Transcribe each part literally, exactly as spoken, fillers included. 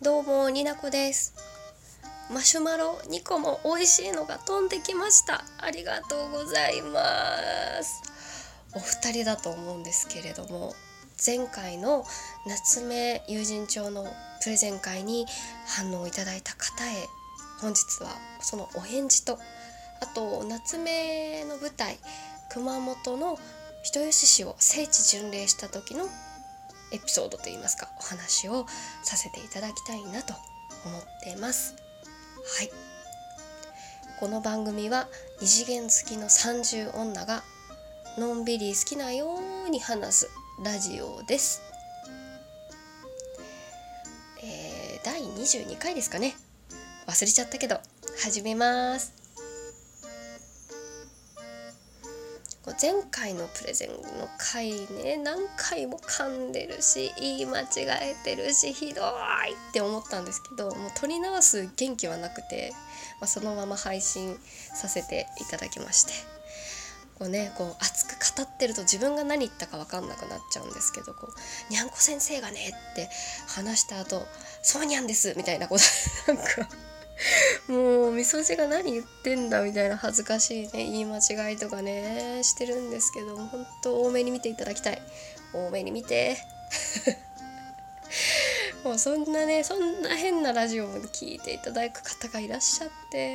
どうもになこです。マシュマロにこも美味しいのが飛んできました。ありがとうございます。お二人だと思うんですけれども、前回の夏目友人帳のプレゼン会に反応いただいた方へ、本日はそのお返事と、あと夏目の舞台熊本の人吉市を聖地巡礼した時のエピソードといいますか、お話をさせていただきたいなと思っています。はい、この番組は二次元好きの三十女がのんびり好きなように話すラジオです。えー、だいにじゅうにかいですかね。忘れちゃったけど始めます。前回のプレゼンの回ね、何回も噛んでるし言い間違えてるしひどいって思ったんですけど、もう取り直す元気はなくて、まあ、そのまま配信させていただきまして、こうね、こう熱く語ってると自分が何言ったか分かんなくなっちゃうんですけど、こうにゃんこ先生がねって話した後、そうにゃんですみたいなことなんかもうみそじが何言ってんだみたいな恥ずかしいね言い間違いとかねしてるんですけども、本当多めに見ていただきたい。多めに見てもうそんなねそんな変なラジオを聞いていただく方がいらっしゃって、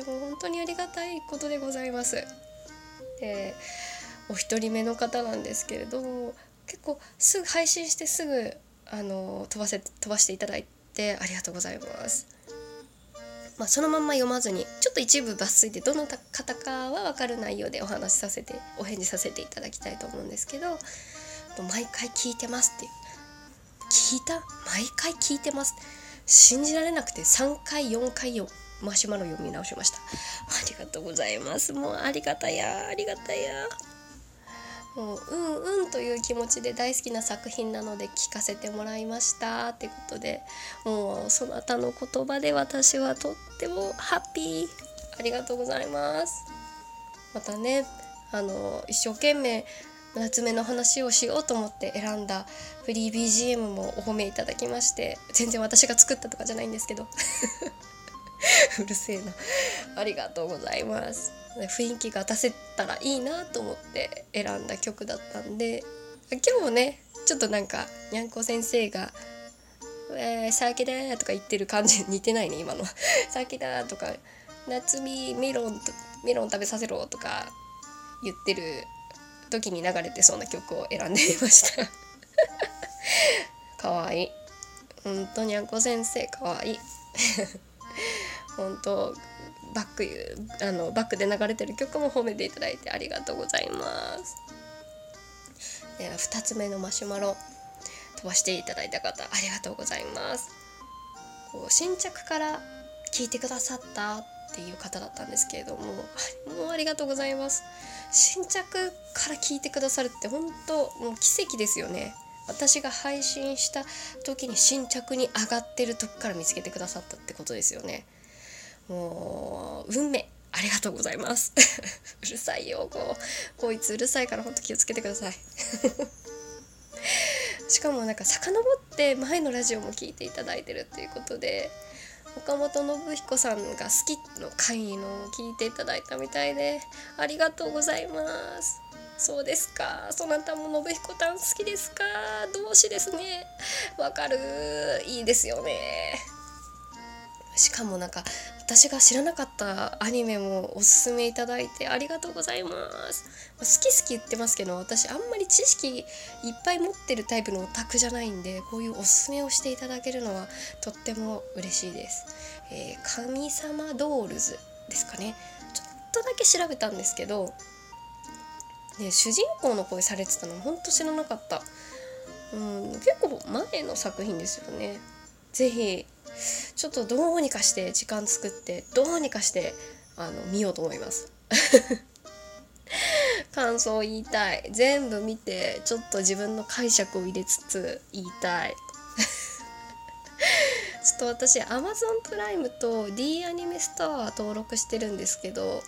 もう本当にありがたいことでございます。で、お一人目の方なんですけれども、結構すぐ配信してすぐあの飛ばせ飛ばしていただいてありがとうございます。まあ、そのまんま読まずにちょっと一部抜粋でどの方かは分かる内容でお話しさせてお返事させていただきたいと思うんですけど、毎回聞いてますっていう、聞いた毎回聞いてます信じられなくてさんかいよんかいをマシュマロ読み直しました。ありがとうございます。もうありがたやありがたやもううんうんという気持ちで大好きな作品なので聞かせてもらいましたってことで、もうそなたの言葉で私はとってもハッピー。ありがとうございます。またね、あの一生懸命夏目の話をしようと思って選んだフリー ビージーエム もお褒めいただきまして、全然私が作ったとかじゃないんですけどうるせえな、ありがとうございます。雰囲気が出せたらいいなと思って選んだ曲だったんで、今日もねちょっとなんかにゃんこ先生がえー、酒だーとか言ってる感じ似てないね今の酒だーとか夏美メロンメロン食べさせろとか言ってる時に流れてそうな曲を選んでみましたかわいい、ほんとにゃんこ先生かわいいほんとバックあのバックで流れてる曲も褒めていただいてありがとうございます。でふたつめのマシュマロ飛ばしていただいた方、ありがとうございます。こう新着から聞いてくださったっていう方だったんですけれども、もうありがとうございます。新着から聞いてくださるって本当もう奇跡ですよね。私が配信した時に新着に上がってる時から見つけてくださったってことですよね。もう運命、ありがとうございますうるさいよ、こうこいつうるさいから本当気をつけてくださいしかもなんか遡って前のラジオも聞いていただいてるっていうことで、岡本信彦さんが好きの回の聞いていただいたみたいでありがとうございます。そうですか、そなたも信彦さん好きですか。同志ですね。わかる、いいですよね。しかもなんか私が知らなかったアニメもおすすめいただいてありがとうございます。好き好き言ってますけど、私あんまり知識いっぱい持ってるタイプのオタクじゃないんで、こういうおすすめをしていただけるのはとっても嬉しいです。えー、神様ドールズですかね。ちょっとだけ調べたんですけど、ね、主人公の声されてたのほんと知らなかった。うん、結構前の作品ですよね。ぜひちょっとどうにかして時間作ってどうにかしてあの見ようと思います感想言いたい。全部見てちょっと自分の解釈を入れつつ言いたいちょっと私 Amazon プライムと D アニメストアは登録してるんですけど、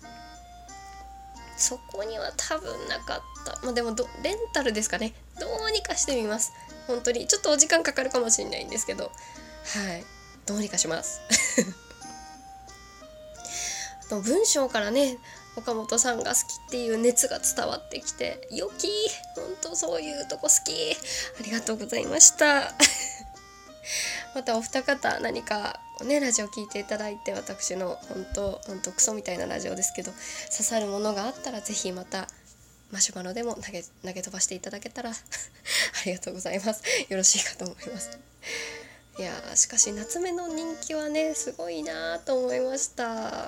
そこには多分なかった。まあでもどレンタルですかね。どうにかしてみます。本当にちょっとお時間かかるかもしれないんですけど、はい、 どうにかしますあと文章からね岡本さんが好きっていう熱が伝わってきて、よき本当そういうとこ好き、ありがとうございましたまたお二方何かねラジオ聞いていただいて、私の本当本当クソみたいなラジオですけど刺さるものがあったら、ぜひまたマシュマロでも投げ投げ飛ばしていただけたらありがとうございます。よろしいかと思います。いやしかし夏目の人気はねすごいなと思いました。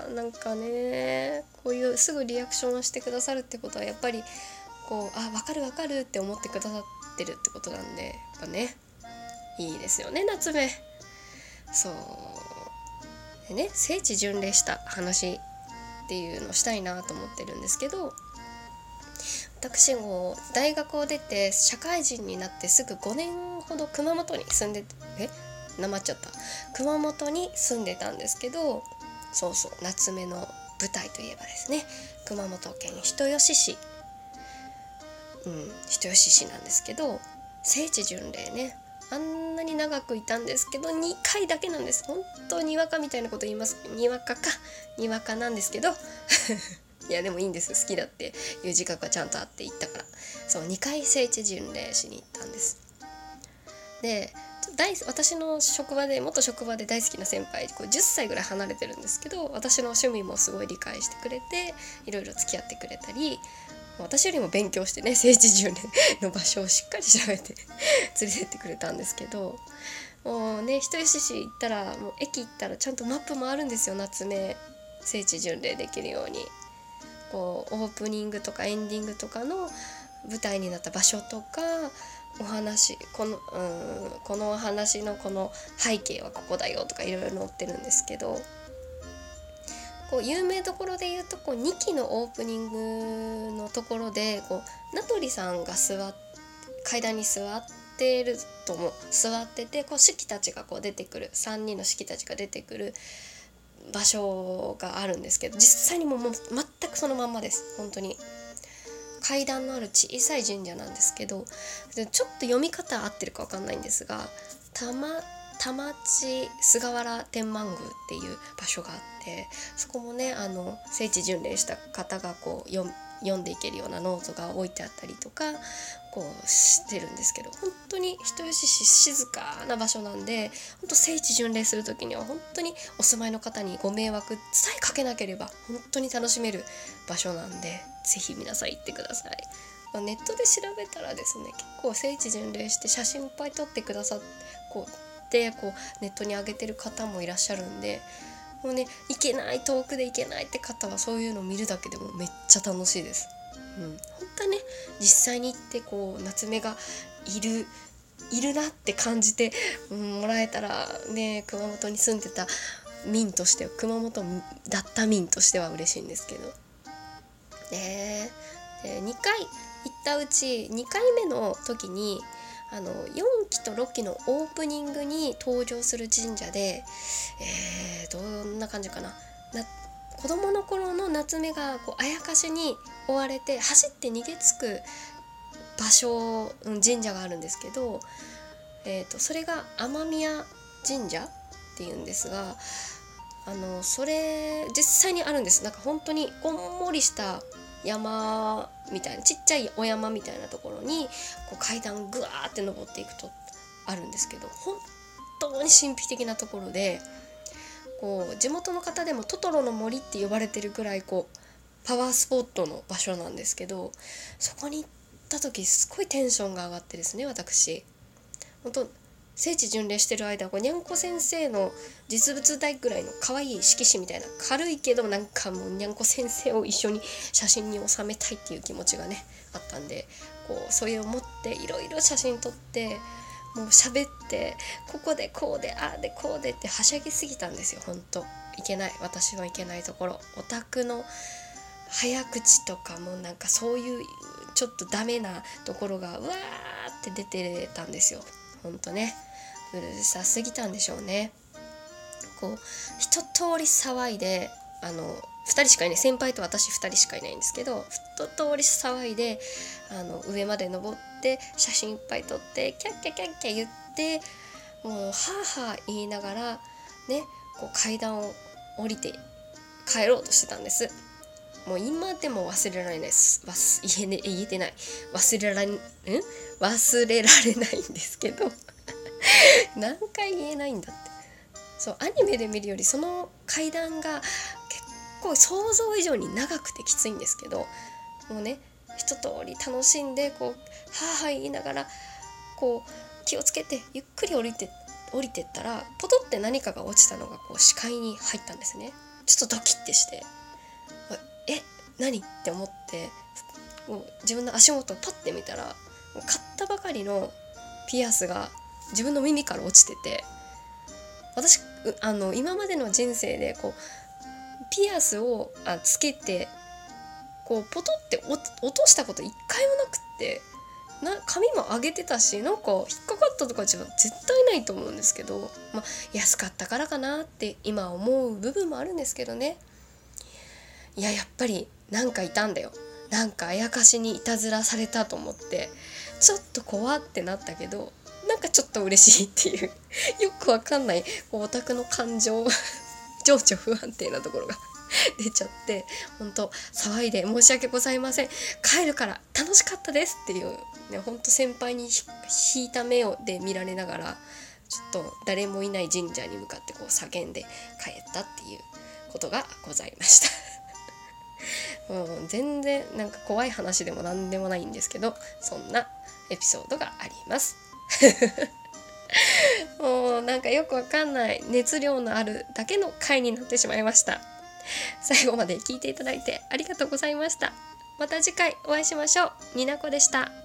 なんかねこういうすぐリアクションしてくださるってことはやっぱりこうあ分かる分かるって思ってくださってるってことなんで、やっぱねいいですよね夏目。そうでね、聖地巡礼した話っていうのをしたいなと思ってるんですけど、私も大学を出て社会人になってすぐごねんほど熊本に住んでえなまっちゃった熊本に住んでたんですけど、そうそう夏目の舞台といえばですね、熊本県人吉市、うん人吉市なんですけど、聖地巡礼ね、あんなに長くいたんですけどにかいだけなんです。本当にわかみたいなこと言います。にわかかにわかなんですけどいやでもいいんです、好きだっていう自覚がちゃんとあって行ったから。そうにかい聖地巡礼しに行ったんです。で大私の職場で元職場で大好きな先輩こうじゅっさいぐらい離れてるんですけど、私の趣味もすごい理解してくれていろいろ付き合ってくれたり、私よりも勉強してね聖地巡礼の場所をしっかり調べて連れてってくれたんですけど、もうね人吉市行ったらもう駅行ったらちゃんとマップもあるんですよ。夏目聖地巡礼できるようにこうオープニングとかエンディングとかの舞台になった場所とかお話この、うん、このお話のこの背景はここだよとかいろいろ載ってるんですけど、こう有名どころで言うとこうにきのオープニングのところでこう名取さんが座っ階段に座ってるとも座っててこう四季たちがこう出てくるさんにんの四季たちが出てくる場所があるんですけど、実際にもう、もう全くそのまんまです。本当に階段のある小さい神社なんですけど、でちょっと読み方合ってるか分かんないんですが、たま田町菅原天満宮っていう場所があって、そこもねあの聖地巡礼した方がこう読読んでいけるようなノートが置いてあったりとかこうしてるんですけど、本当に人吉市静かな場所なんで、本当聖地巡礼する時には本当にお住まいの方にご迷惑さえかけなければ本当に楽しめる場所なんで、ぜひ皆さん行ってください。ネットで調べたらですね、結構聖地巡礼して写真いっぱい撮ってくださってこうでこうネットに上げてる方もいらっしゃるんで、もうね行けない遠くで行けないって方はそういうのを見るだけでもめっちゃ楽しいです。うん、本当はね実際に行ってこう夏目がいるいるなって感じて、うん、もらえたらね、熊本に住んでた民としては熊本だった民としては嬉しいんですけどね。でにかい行ったうちにかいめの時にあのよんきとろっきのオープニングに登場する神社で、えー、どんな感じかな、な子供の頃の夏目がこうあやかしに追われて走って逃げ着く場所、うん、神社があるんですけど、えーと、それが雨宮神社っていうんですが、あのそれ実際にあるんです。なんか本当にこんもりした山みたいなちっちゃいお山みたいなところにこう階段ぐわーって登っていくとあるんですけど、本当に神秘的なところで、こう地元の方でもトトロの森って呼ばれてるぐらいこうパワースポットの場所なんですけど、そこに行った時すごいテンションが上がってですね、私本当聖地巡礼してる間こうにゃんこ先生の実物大ぐらいの可愛い色紙みたいな軽いけどなんかもうにゃんこ先生を一緒に写真に収めたいっていう気持ちがねあったんで、こうそれを持っていろいろ写真撮ってもう喋ってここでこうでああでこうでってはしゃぎすぎたんですよ。本当いけない、私のいけないところ、オタクの早口とかもなんかそういうちょっとダメなところがうわーって出てたんですよ。ほんとねうるさすぎたんでしょうね。こう一通り騒いで、あのふたりしかいない、先輩と私ふたりしかいないんですけど、一通り騒いであの上まで登って写真いっぱい撮ってキャッキャキャッキャ言ってもうはぁはぁ言いながらねこう階段を降りて帰ろうとしてたんです。もう今でも忘れられないです。忘言え、ね、言えてない忘れられん忘れられないんですけど何回言えないんだって。そうアニメで見るよりその階段が結構想像以上に長くてきついんですけど、もうね一通り楽しんでこうはあはあ言いながらこう気をつけてゆっくり降りて降りてったらポトって何かが落ちたのがこう視界に入ったんですね。ちょっとドキッてしてえ何って思ってもう自分の足元をパッて見たら買ったばかりのピアスが自分の耳から落ちてて、私あの今までの人生でこうピアスをあつけてこうポトって落としたこと一回もなくってな髪も上げてたしなんか引っかかったとかじゃ絶対ないと思うんですけど、まあ、安かったからかなって今思う部分もあるんですけどね。いややっぱりなんかいたんだよ、なんかあやかしにいたずらされたと思ってちょっと怖ってなったけどなんかちょっと嬉しいっていうよくわかんないこうオタクの感情情緒不安定なところが出ちゃって本当騒いで申し訳ございません、帰るから楽しかったですっていうね、本当先輩に引いた目をで見られながらちょっと誰もいない神社に向かってこう叫んで帰ったっていうことがございましたもう全然なんか怖い話でもなんでもないんですけどそんなエピソードがありますもうなんかよくわかんない熱量のあるだけの回になってしまいました。最後まで聞いていただいてありがとうございました。また次回お会いしましょう。になこでした。